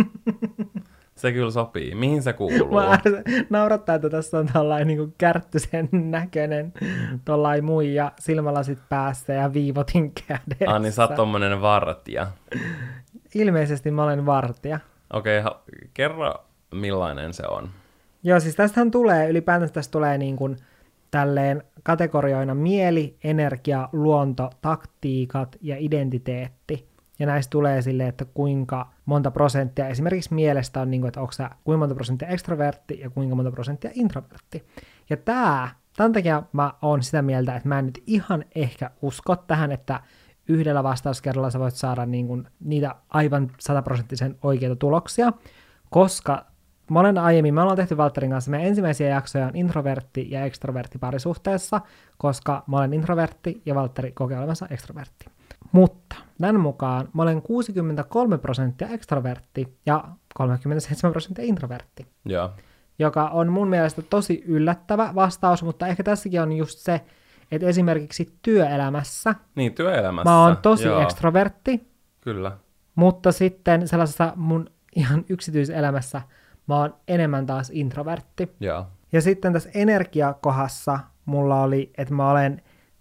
Se kyllä sopii. Mihin se kuuluu? Mä naurattaa, että tässä on tollain niinku kärttysen näköinen tollain muija, silmälasit päässä ja viivotin kädessä. Niin sä oot tommonen vartija. Ilmeisesti mä olen vartija. Okei, kerro millainen se on. Joo, siis tästähän tulee, ylipäätänsä tästä tulee niin kuin tälleen kategorioina mieli, energia, luonto, taktiikat ja identiteetti. Ja näistä tulee silleen, että kuinka monta prosenttia esimerkiksi mielestä on, niin kuin, että onko sä kuinka monta prosenttia ekstrovertti ja kuinka monta prosenttia introvertti. Ja tämän takia mä oon sitä mieltä, että mä en nyt ihan ehkä usko tähän, että yhdellä vastauskerralla sä voit saada niin kuin niitä aivan 100% oikeita tuloksia, koska me ollaan tehty Valtterin kanssa, meidän ensimmäisiä jaksoja on introvertti ja ekstrovertti parisuhteessa, koska mä olen introvertti ja Valtteri kokee olevansa ekstrovertti. Mutta tämän mukaan mä olen 63% ekstrovertti ja 37% introvertti. Joo. Joka on mun mielestä tosi yllättävä vastaus, mutta ehkä tässäkin on just se, että esimerkiksi työelämässä, niin, työelämässä. Mä oon tosi ekstrovertti. Kyllä. Mutta sitten sellaisessa mun ihan yksityiselämässä mä oon enemmän taas introvertti. Joo. Ja sitten tässä energiakohdassa mulla oli, että mä olen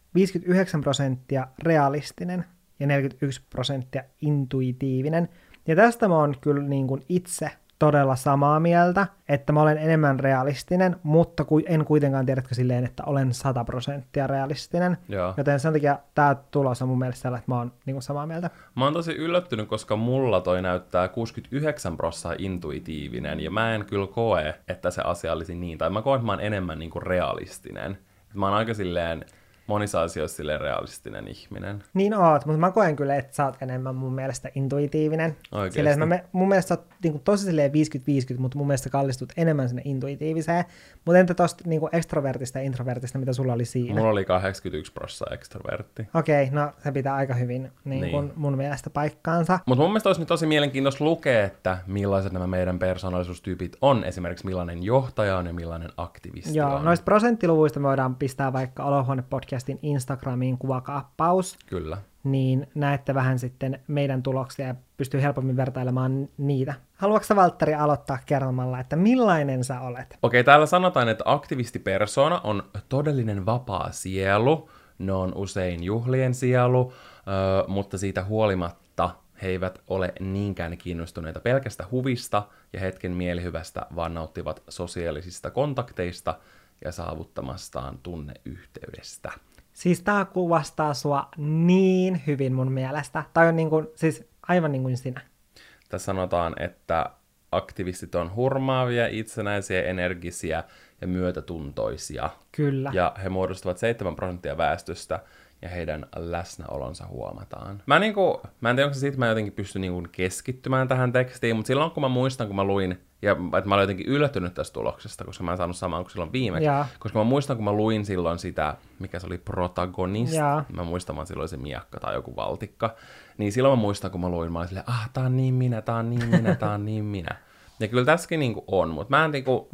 59% realistinen ja 41% intuitiivinen. Ja tästä mä oon kyllä niin kuin itse todella samaa mieltä, että mä olen enemmän realistinen, mutta en kuitenkaan tiedätkö silleen, että olen 100% realistinen. Joo. Joten sen takia tää tulos on mun mielestä sellainen, että mä oon niin kuin samaa mieltä. Mä oon tosi yllättynyt, koska mulla toi näyttää 69% intuitiivinen, ja mä en kyllä koe, että se asia olisi niin. Tai mä koen, että mä oon enemmän niin kuin realistinen. Mä oon aika silleen monissa asioissa silleen realistinen ihminen. Niin oot, mutta mä koen kyllä, että sä oot enemmän mun mielestä intuitiivinen. Oikeesti? Silleen, mun mielestä sä oot niin kuin tosi silleen 50-50, mutta mun mielestä kallistut enemmän sinne intuitiiviseen. Mutta entä tosta niin kuin ekstrovertista ja introvertista, mitä sulla oli siinä? Mulla oli 81% ekstrovertti. Okei, no se pitää aika hyvin niin kuin mun mielestä paikkaansa. Mutta mun mielestä olisi nyt tosi mielenkiintoista lukea, että millaiset nämä meidän persoonallisuustyypit on. Esimerkiksi millainen johtaja on ja millainen aktivisti Joo, on. noista prosenttiluvuista me voidaan pistää vaikka Olohuone-podcastin Instagramiin kuvakaappaus. Kyllä. Niin näette vähän sitten meidän tuloksia ja pystyy helpommin vertailemaan niitä. Haluatko sä, Valtteri, aloittaa kertomalla, että millainen sä olet? Okei, täällä sanotaan, että aktivistipersona on todellinen vapaa sielu. Ne on usein juhlien sielu, mutta siitä huolimatta he eivät ole niinkään kiinnostuneita pelkästä huvista ja hetken mielihyvästä, vaan nauttivat sosiaalisista kontakteista ja saavuttamastaan tunneyhteydestä. Siis tää kuvastaa sua niin hyvin mun mielestä. Tai on niin kuin, siis aivan niin kuin sinä. Tässä sanotaan, että aktivistit on hurmaavia, itsenäisiä, energisiä ja myötätuntoisia. Kyllä. Ja he muodostavat 7% väestöstä ja heidän läsnäolonsa huomataan. Mä en tiedä, onko se siitä, mä jotenkin pystyn keskittymään tähän tekstiin, mutta silloin kun mä muistan, kun mä luin, ja että mä olin jotenkin yllättynyt tästä tuloksesta, koska mä en saanut samaan kuin silloin viimeksi, koska mä muistan, kun mä luin silloin sitä, mikä se oli protagonist, mä muistan, vaan silloin se miakka tai joku valtikka, niin silloin mä muistan, kun mä luin, mä olin silleen, tää on niin minä, tää on niin minä, tää on niin minä. Ja kyllä tässäkin on, mutta mä en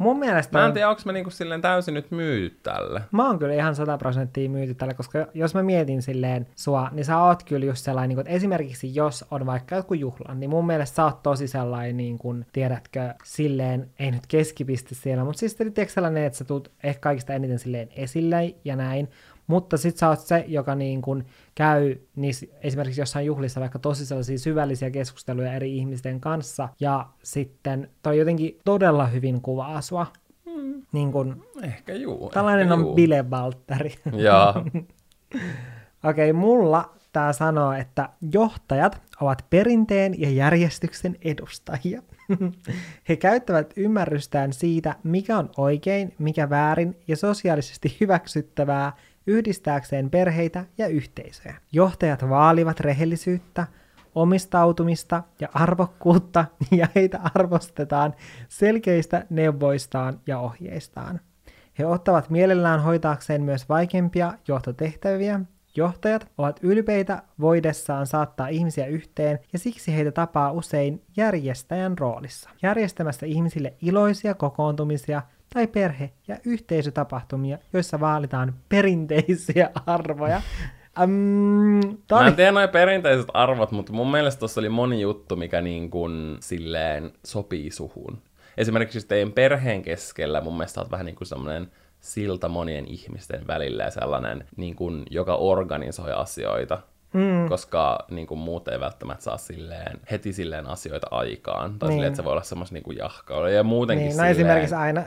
tiedä, onko mä silleen täysin nyt myyty tälle. Mä oon kyllä ihan 100% myyty tälle, koska jos mä mietin silleen sua, niin sä oot kyllä just sellainen, että esimerkiksi jos on vaikka joku juhla, niin mun mielestä sä oot tosi sellainen, niin kuin, tiedätkö, silleen, ei nyt keskipiste siellä, mutta siis tiedätkö sellainen, että sä tuut ehkä kaikista eniten silleen esille ja näin, mutta sit sä oot se, joka niin kun käy niissä, esimerkiksi jossain juhlissa vaikka tosi sellaisia syvällisiä keskusteluja eri ihmisten kanssa, ja sitten toi jotenkin todella hyvin kuvaa sua. Niin kun, ehkä juu. tällainen ehkä on juu. Bile Valtteri. Jaa. Okei, mulla tää sanoo, että johtajat ovat perinteen ja järjestyksen edustajia. He käyttävät ymmärrystään siitä, mikä on oikein, mikä väärin ja sosiaalisesti hyväksyttävää yhdistääkseen perheitä ja yhteisöjä. Johtajat vaalivat rehellisyyttä, omistautumista ja arvokkuutta, ja heitä arvostetaan selkeistä neuvoistaan ja ohjeistaan. He ottavat mielellään hoitaakseen myös vaikeampia johtotehtäviä. Johtajat ovat ylpeitä voidessaan saattaa ihmisiä yhteen, ja siksi heitä tapaa usein järjestäjän roolissa, järjestämässä ihmisille iloisia kokoontumisia tai perhe- ja yhteisötapahtumia, joissa vaalitaan perinteisiä arvoja. Mä en tiedä noin perinteiset arvot, mutta mun mielestä tuossa oli moni juttu, mikä niin kuin silleen sopii suhun. Esimerkiksi jos teidän perheen keskellä mun mielestä olet vähän niin kuin semmoinen silta monien ihmisten välillä ja sellainen, niin kuin, joka organisoi asioita. Koska niin kuin, muut ei välttämättä saa heti silleen asioita aikaan. Tai silleen, että se voi olla semmoista niin jahkailua. Ja muutenkin niin, esimerkiksi aina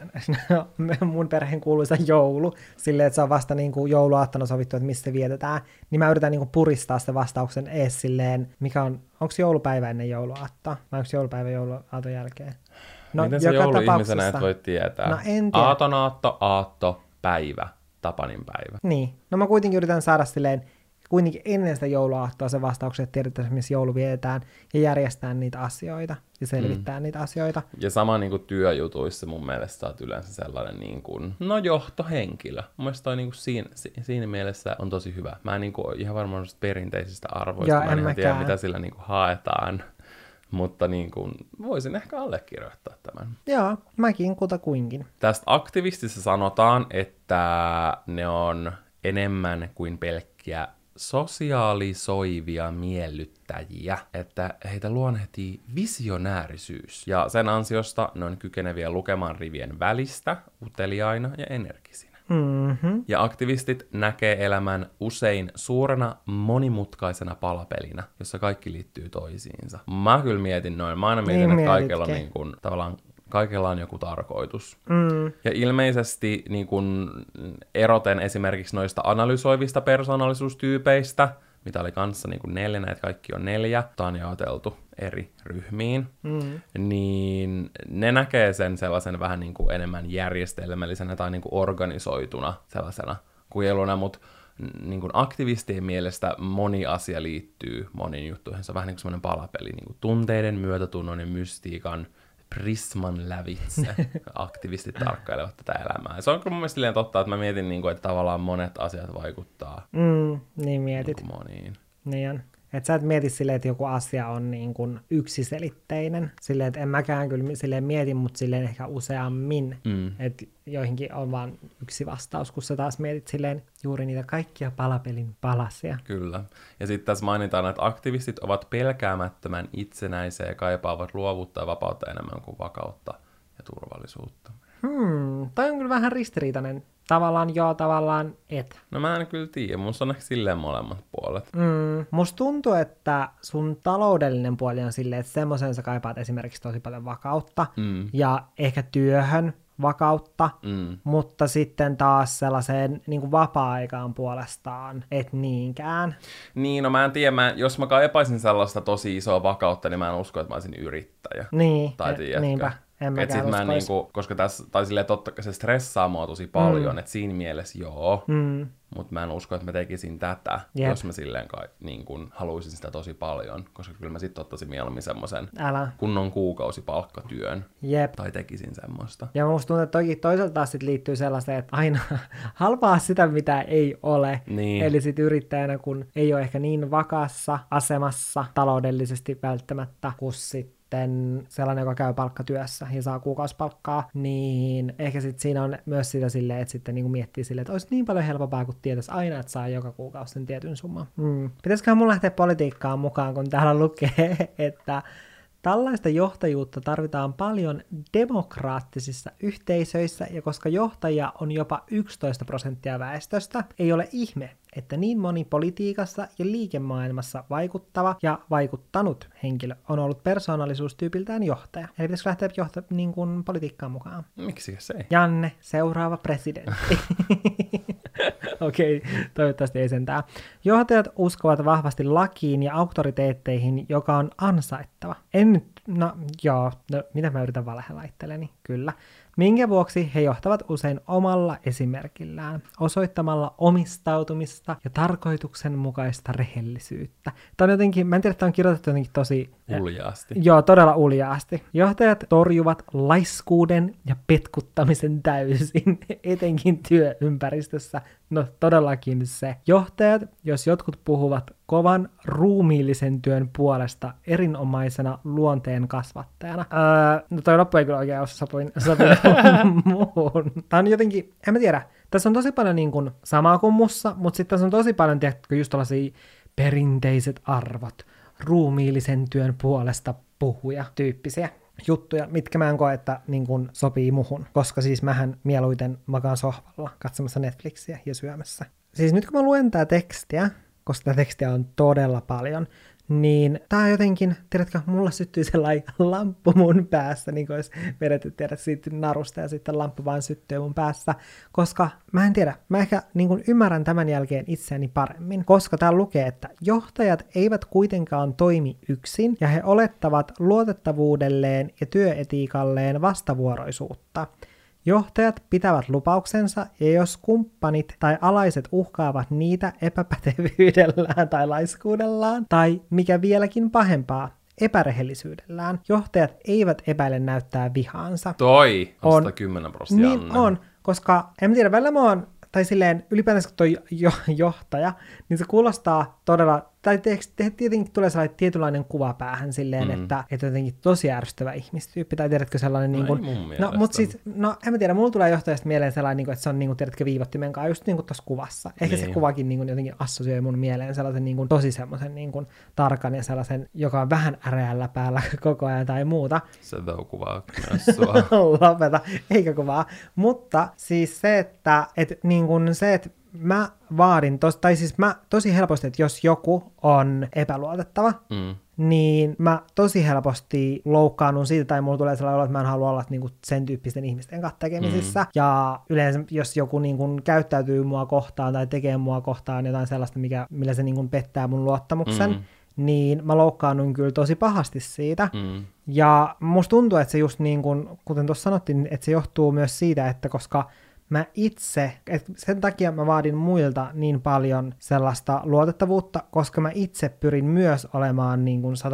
mun perheen kuuluisa joulu, silleen, että se on vasta niin kuin jouluaattona sovittu, että missä se vietetään. Niin mä yritän niin kuin puristaa sen vastauksen ees silleen, mikä on, onko joulupäivä ennen jouluaattoa? Vai onko joulupäivä jouluaaton jälkeen? No, miten se joulu-ihmisenä et voi tietää? No, en tiedä. Aatonaatto, aatto, päivä, Tapanin päivä. Niin, no mä kuitenkin yritän saada silleen, kuitenkin ennen sitä jouluaattoa se vastaukset, että tiedetään, missä joulu vietetään, ja järjestää niitä asioita, ja selvittää niitä asioita. Ja sama niin kuin työjutuissa mun mielestä sä oot yleensä sellainen niin kuin, johtohenkilö. Mun mielestä toi niin kuin siinä mielessä on tosi hyvä. Mä en niin kuin ihan varmaan perinteisistä arvoista, mä en ihan tiedä, mitä sillä niin kuin haetaan. Mutta niin kuin, voisin ehkä allekirjoittaa tämän. Joo, mäkin kutakuinkin. Tästä aktivistissa sanotaan, että ne on enemmän kuin pelkkiä sosiaalisoivia miellyttäjiä, että heitä luonnehtii visionäärisyys. Ja sen ansiosta ne on kykeneviä lukemaan rivien välistä, uteliaina ja energisinä. Mm-hmm. Ja aktivistit näkee elämän usein suurena monimutkaisena palapelinä, jossa kaikki liittyy toisiinsa. Mä kyllä mietin noin. Mä aina mietin, että kaikella on niin kuin, tavallaan kaikella on joku tarkoitus. Ja ilmeisesti niin kun, eroten esimerkiksi noista analysoivista persoonallisuustyypeistä, mitä oli kanssa niin kuin 4, näitä kaikki on 4, tämä on jaoteltu eri ryhmiin, niin ne näkee sen sellaisen vähän niin kuin enemmän järjestelmällisenä tai niin kuin organisoituna sellaisena kujeluna, mutta niin kuin aktivistien mielestä moni asia liittyy moniin juttuihin. Se on vähän niin kuin semmoinen palapeli, niin kuin tunteiden, myötätunnon ja mystiikan prisman lävitse aktivistit tarkkailevat tätä elämää. Ja se on kyllä mun mielestä totta, että mä mietin, että tavallaan monet asiat vaikuttaa niin mietit. Moniin. Niin on. Että sä et mieti silleen, että joku asia on niin kuin yksiselitteinen. Silleen, että en mäkään kyllä silleen mieti, mutta silleen ehkä useammin. Että joihinkin on vaan yksi vastaus, kun sä taas mietit silleen juuri niitä kaikkia palapelin palasia. Kyllä. Ja sitten tässä mainitaan, että aktivistit ovat pelkäämättömän itsenäisiä ja kaipaavat luovuutta ja vapautta enemmän kuin vakautta ja turvallisuutta. Toi on kyllä vähän ristiriitainen. Tavallaan joo, tavallaan et. No mä en kyllä tiedä, musta on ehkä silleen molemmat puolet. Musta tuntuu, että sun taloudellinen puoli on silleen, että semmoisen sä kaipaat esimerkiksi tosi paljon vakautta ja ehkä työhön vakautta, mutta sitten taas sellaiseen niin kuin vapaa-aikaan puolestaan et niinkään. Niin, no mä en tiedä, jos mä kaipaisin sellaista tosi isoa vakautta, niin mä en usko, että mä olisin yrittäjä. Niin, tai niinpä. Et sit mä niinku, koska tässä, tai silleen totta kai se stressaa mua tosi paljon, että siinä mielessä joo, mutta mä en usko, että mä tekisin tätä, jos mä silleen niin kun haluaisin sitä tosi paljon, koska kyllä mä sit ottaisin mieluummin semmoisen kunnon kuukausipalkkatyön, tai tekisin semmoista. Ja musta tuntuu, että toisaalta taas sit liittyy sellaiseen, että aina halpaa sitä, mitä ei ole. Niin. Eli sit yrittäjänä, kun ei ole ehkä niin vakaassa asemassa taloudellisesti välttämättä, kuin sitten sellainen, joka käy palkkatyössä ja saa kuukausipalkkaa, niin ehkä sitten siinä on myös sitä silleen, että sitten niinku miettii silleen, että olisi niin paljon helpompaa, kun tietäisi aina, että saa joka kuukausi sen tietyn summan. Pitäisiköhän mun lähteä politiikkaan mukaan, kun täällä lukee, että tällaista johtajuutta tarvitaan paljon demokraattisissa yhteisöissä, ja koska johtajia on jopa 11% väestöstä, ei ole ihme, että niin moni politiikassa ja liikemaailmassa vaikuttava ja vaikuttanut henkilö on ollut persoonallisuustyypiltään johtaja. Eli pitäisikö lähteä niin kuin politiikkaan mukaan? Miksi se ei? Janne, seuraava presidentti. Okei, toivottavasti ei sentään. Johtajat uskovat vahvasti lakiin ja auktoriteetteihin, joka on ansaittava. Mitä mä yritän valehella itselleni? Kyllä. Minkä vuoksi he johtavat usein omalla esimerkillään, osoittamalla omistautumista ja tarkoituksenmukaista rehellisyyttä. Tämä on jotenkin, mä en tiedä, että on kirjoitettu jotenkin tosi... Uljaasti. Joo, todella uljaasti. Johtajat torjuvat laiskuuden ja petkuttamisen täysin, etenkin työympäristössä. No todellakin se. Johtajat, jos jotkut puhuvat kovan ruumiillisen työn puolesta erinomaisena luonteen kasvattajana. No toi loppu ei kyllä oikein sopi muuhun. Tää on jotenkin, en mä tiedä, tässä on tosi paljon niin kuin samaa kuin mussa, mutta sitten tässä on tosi paljon, tiedätkö, just tällaisia perinteiset arvot, ruumiillisen työn puolesta puhuja tyyppisiä juttuja, mitkä mä en koe, että niin kun sopii muhun, koska siis mähän mieluiten makaan sohvalla katsomassa Netflixiä ja syömässä. Siis nyt kun mä luen tää tekstiä, koska tää tekstiä on todella paljon, niin tää jotenkin, tiedätkö, mulla syttyy sellainen lamppu mun päässä, niin kuin olisi vedetty, tiedät, siitä narusta ja sitten lamppu vaan syttyy mun päässä, koska mä en tiedä, mä ehkä niin kuin ymmärrän tämän jälkeen itseäni paremmin, koska täällä lukee, että johtajat eivät kuitenkaan toimi yksin ja he olettavat luotettavuudelleen ja työetiikalleen vastavuoroisuutta. Johtajat pitävät lupauksensa, ja jos kumppanit tai alaiset uhkaavat niitä epäpätevyydellään tai laiskuudellaan, tai mikä vieläkin pahempaa, epärehellisyydellään, johtajat eivät epäile näyttää vihaansa. Toi on 110%. Niin on, koska en tiedä, välillä mä oon, tai silleen ylipäätänsä kun toi johtaja, niin se kuulostaa todella, tai tietenkin tulee sellainen tietynlainen kuva päähän silleen, että jotenkin tosi ärsyttävä ihmistyyppi, tai tiedätkö sellainen niin kuin, mutta siis, en mä tiedä, mulla tulee johtajasta mieleen sellainen, niin kuin, että se on niin kuin, tiedätkö, viivottimen kanssa, just niin kuin tuossa kuvassa. Ehkä se kuvakin niin kuin, jotenkin assosioi mun mieleen sellaisen niin kuin, tosi semmoisen niin kuin, tarkan ja sellaisen, joka on vähän äreällä päällä koko ajan tai muuta. Se kuvaa myös sua. Lopeta, eikä kuvaa. Mutta siis se, että niin kuin se, että mä vaadin, mä tosi helposti, että jos joku on epäluotettava, niin mä tosi helposti loukkaannun siitä, tai mulla tulee sellainen olo, että mä en halua olla niinku sen tyyppisten ihmisten kanssa tekemisissä. Ja yleensä, jos joku niinku käyttäytyy mua kohtaan tai tekee mua kohtaan jotain sellaista, millä se niinku pettää mun luottamuksen, niin mä loukkaannun kyllä tosi pahasti siitä. Ja musta tuntuu, että se just niin kuin, kuten tuossa sanottiin, että se johtuu myös siitä, että koska mä itse, että sen takia mä vaadin muilta niin paljon sellaista luotettavuutta, koska mä itse pyrin myös olemaan niin kuin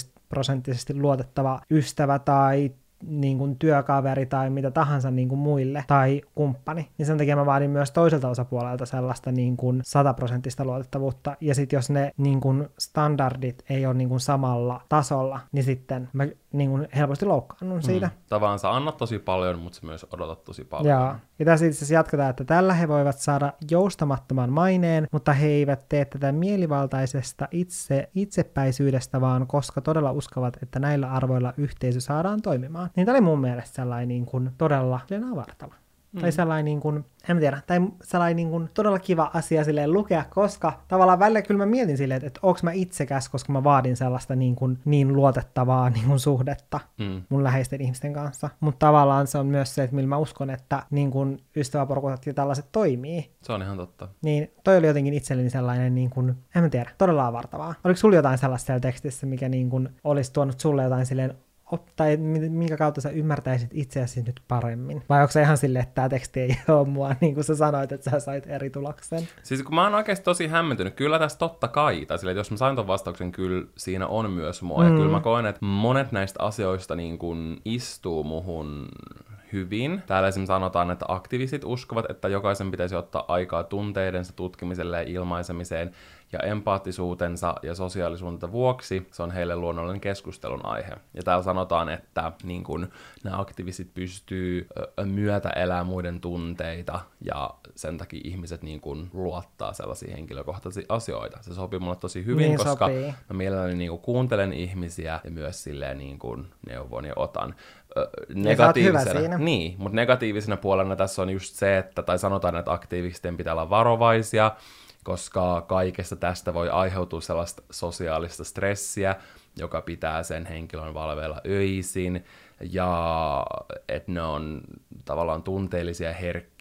100% luotettava ystävä tai niin kuin työkaveri tai mitä tahansa niin kuin muille tai kumppani, niin sen takia mä vaadin myös toiselta osapuolelta sellaista niin kuin 100% luotettavuutta, ja sitten jos ne niin kuin standardit ei ole niin kuin samalla tasolla, niin sitten mä niin kuin helposti loukkaannun siitä. Tavallaan sä annat tosi paljon, mutta sä myös odotat tosi paljon. Joo. Ja tässä itse asiassa jatketaan, että tällä he voivat saada joustamattoman maineen, mutta he eivät tee tätä mielivaltaisesta itsepäisyydestä, vaan koska todella uskovat, että näillä arvoilla yhteisö saadaan toimimaan. Niin tämä oli mun mielestä sellainen niin kuin todella avartava. Tai sellainen, niin kuin, en tiedä, tai sellainen niin kuin, todella kiva asia silleen lukea, koska tavallaan välillä kyllä mä mietin silleen, että onko mä itsekäs, koska mä vaadin sellaista niin luotettavaa niin kuin suhdetta mun läheisten ihmisten kanssa. Mutta tavallaan se on myös se, että millä mä uskon, että niin kuin ystäväporukat ja tällaiset toimii. Se on ihan totta. Niin toi oli jotenkin itselleni sellainen, niin kuin, en mä tiedä, todella avartavaa. Oliko sulla jotain sellaista siellä tekstissä, mikä niin kuin olisi tuonut sulle jotain silleen, tai minkä kautta sä ymmärtäisit itseäsi nyt paremmin? Vai onko se ihan silleen, että tämä teksti ei ole mua, niin kuin sä sanoit, että sä sait eri tuloksen? Siis kun mä oon oikeasti tosi hämmentynyt, kyllä tässä totta kai, tai silleen, että jos mä sain ton vastauksen, kyllä siinä on myös mua, ja kyllä mä koen, että monet näistä asioista niin kuin istuu muhun hyvin. Täällä esimerkiksi sanotaan, että aktivistit uskovat, että jokaisen pitäisi ottaa aikaa tunteidensa tutkimiselle ja ilmaisemiseen, ja empaattisuutensa ja sosiaalisuutensa vuoksi se on heille luonnollinen keskustelun aihe. Ja täällä sanotaan, että niin kun, nämä aktivistit pystyy myötäelämään muiden tunteita, ja sen takia ihmiset niin kun, luottaa sellaisia henkilökohtaisia asioita. Se sopii mulle tosi hyvin, niin koska sopii. mä mielelläni niin kun, kuuntelen ihmisiä ja myös silleen niin kun, neuvon ja otan. Negatiivisena, niin, mutta negatiivisena puolena tässä on just se, että, tai sanotaan, että aktiivisten pitää olla varovaisia, koska kaikesta tästä voi aiheutua sellaista sosiaalista stressiä, joka pitää sen henkilön valveilla öisin, ja että ne on tavallaan tunteellisia ja herkkiä,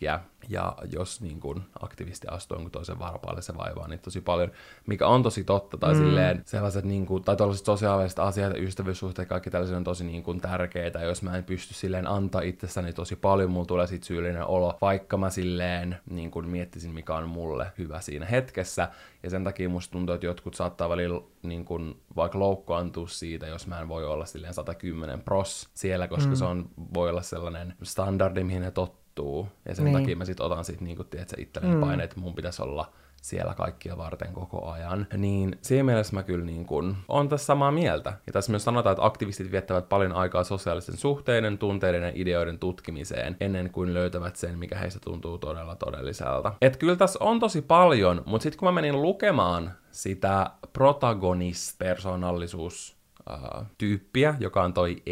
Ja jos niin kun aktivisti astuu jonkun toisen varpaalle, se vaivaa niitä tosi paljon, mikä on tosi totta. Tai silleen sellaiset, niin kun, tai tällaiset sosiaaliset asiat, ystävyyssuhteet, kaikki tällaiset on tosi niin kun tärkeitä. Jos mä en pysty silleen antaa itsestäni tosi paljon, mulla tulee sit syyllinen olo, vaikka mä silleen niin kun miettisin, mikä on mulle hyvä siinä hetkessä. Ja sen takia musta tuntuu, että jotkut saattaa välillä niin kun, vaikka loukkaantua siitä, jos mä en voi olla silleen 110% siellä, koska se voi olla sellainen standardi, mihin ne tottuu. Ja sen takia mä sit otan sit niin kun, tiedätkö, itselleni paineet, että mun pitäisi olla siellä kaikkia varten koko ajan. Niin siinä mielessä mä kyllä niin kun, on tässä samaa mieltä. Ja tässä myös sanotaan, että aktivistit viettävät paljon aikaa sosiaalisten suhteiden, tunteiden ja ideoiden tutkimiseen, ennen kuin löytävät sen, mikä heistä tuntuu todella todelliselta. Et kyllä tässä on tosi paljon, mutta sitten kun mä menin lukemaan sitä protagonist-persoonallisuustyyppiä, joka on toi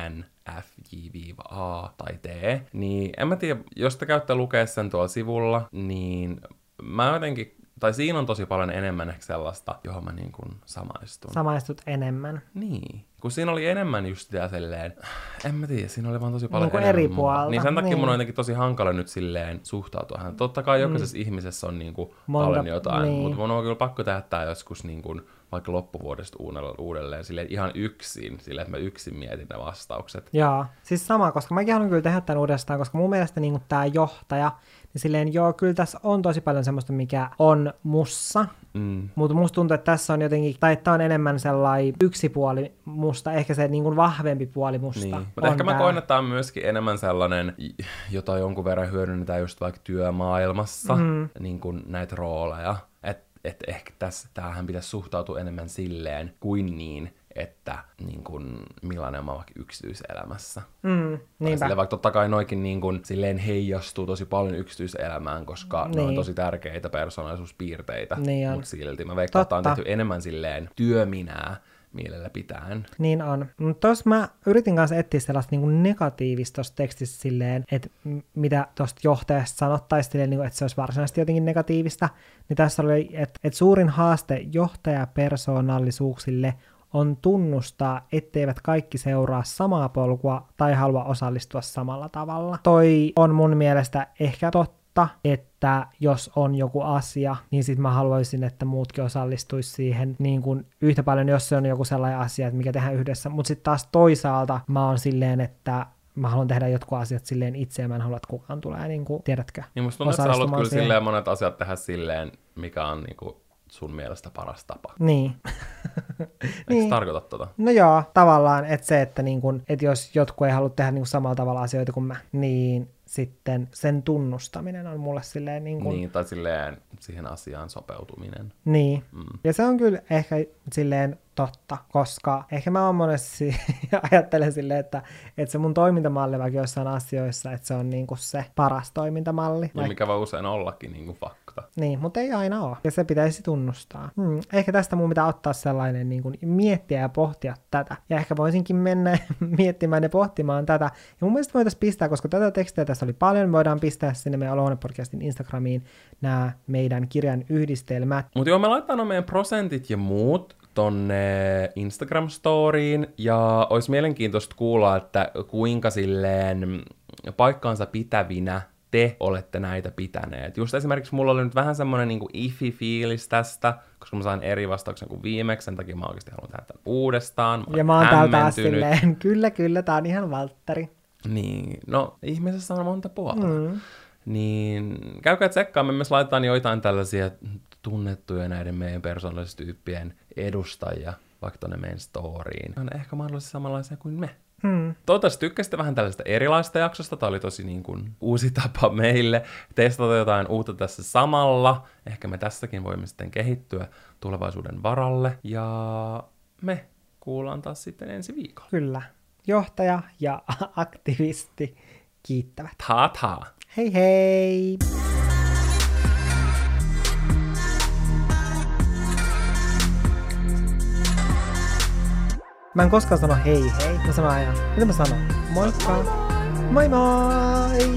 ENFJ-A tai T, niin en mä tiedä, jos te käytte lukea sen tuolla sivulla, niin mä jotenkin, tai siinä on tosi paljon enemmän ehkä sellaista, johon mä niin kuin samaistun. Samaistut enemmän. Niin, kun siinä oli enemmän just sitä silleen, en mä tiedä, siinä oli vaan tosi paljon niin eri puolta. Niin sen takia mun on jotenkin tosi hankala nyt silleen suhtautua hän. Totta kai jokaisessa ihmisessä on niin kuin paljon jotain, mutta mun on kyllä pakko tehdä tää joskus niin kuin vaikka loppuvuodesta uudelleen silleen ihan yksin, silleen, että mä yksin mietin ne vastaukset. Joo, siis sama, koska mäkin haluan kyllä tehdä tämän uudestaan, koska mun mielestä niin tää johtaja, niin silleen joo, kyllä tässä on tosi paljon semmoista, mikä on mussa, mutta musta tuntuu, että tässä on jotenkin, tai että on enemmän sellainen yksi puoli musta, ehkä se niin kuin vahvempi puoli musta. Niin. Mutta ehkä mä koen, että tää on myöskin enemmän sellainen, jota jonkun verran hyödynnetään just vaikka työmaailmassa, niin kuin näitä rooleja. Että ehkä tämähän pitäisi suhtautua enemmän silleen kuin niin, että niin kun, millainen mä vaikka yksityiselämässä. Silleen, vaikka totta kai noikin niin kun, silleen heijastuu tosi paljon yksityiselämään, koska ne on tosi tärkeitä persoonallisuuspiirteitä. Niin mutta silti mä veikkaan, että on tehty enemmän silleen työminää mielellä pitäen. Niin on. Mutta tuossa mä yritin kanssa etsiä sellaista niinku negatiivista tuossa tekstissä silleen, että mitä tuosta johtajasta sanottaisiin silleen, niinku, että se olisi varsinaisesti jotenkin negatiivista. Niin tässä oli, että suurin haaste johtajapersoonallisuuksille on tunnustaa, etteivät kaikki seuraa samaa polkua tai halua osallistua samalla tavalla. Toi on mun mielestä ehkä totta, että jos on joku asia, niin sit mä haluaisin, että muutkin osallistuisi siihen niin kuin yhtä paljon, jos se on joku sellainen asia, että mikä tehdään yhdessä. Mutta sitten taas toisaalta mä oon silleen, että mä haluan tehdä jotkut asiat silleen itse ja mä en halua, että kukaan tulee, niin kuin, tiedätkö? Niin musta tuntuu, että sä haluat kyllä silleen monet asiat tehdä silleen, mikä on niin kuin sun mielestä paras tapa. Niin. Eikö se tarkoita tota? No joo, tavallaan, että se, että, niin kun, että jos jotkut ei halua tehdä niin kun samalla tavalla asioita kuin mä, niin sitten sen tunnustaminen on mulle silleen niin kuin... Niin, tai silleen siihen asiaan sopeutuminen. Niin, ja se on kyllä ehkä silleen totta, koska ehkä mä oon monesti ajattelen silleen, että se mun toimintamalli vaikka jossain asioissa, että se on niinku se paras toimintamalli. Ja mikä voi usein ollakin niinku fakta. Niin, mutta ei aina ole. Ja se pitäisi tunnustaa. Ehkä tästä mun pitää ottaa sellainen niin kuin miettiä ja pohtia tätä. Ja ehkä voisinkin mennä miettimään ja pohtimaan tätä. Ja mun mielestä voitaisiin pistää, koska tätä tekstiä tässä oli paljon, voidaan pistää sinne meidän Olohuone-podcastin Instagramiin nämä meidän kirjan yhdistelmät. Mutta joo, me laitetaan meidän prosentit ja muut tonne Instagram-storiin, ja olisi mielenkiintoista kuulla, että kuinka silleen paikkaansa pitävinä te olette näitä pitäneet. Just esimerkiksi mulla oli nyt vähän semmoinen niinku ifi-fiilis tästä, koska mä sain eri vastauksen kuin viimeksi, sen takia mä oikeasti haluan tehdä tämän uudestaan. Ja mä oon täällä taas silleen, kyllä, tää on ihan Valtteri. Niin, no ihmisessä on monta puolta. Niin käykää tsekkaamme, me myös laitetaan joitain tällaisia tunnettuja näiden meidän persoonallisuustyyppien edustajia vaikka tonne meidän storyin. On ehkä mahdollisesti samanlaisia kuin me. Toivottavasti tykkäsitte vähän tällaista erilaista jaksosta. Tämä oli tosi niin kuin uusi tapa meille testata jotain uutta tässä samalla. Ehkä me tässäkin voimme sitten kehittyä tulevaisuuden varalle. Ja me kuullaan taas sitten ensi viikolla. Kyllä. Johtaja ja aktivisti kiittävät. Ta-ta! Hei hei! Mä en koskaan sano hei hei, mä sanon aina. Mitä mä sanon? Moikka! Moi moi!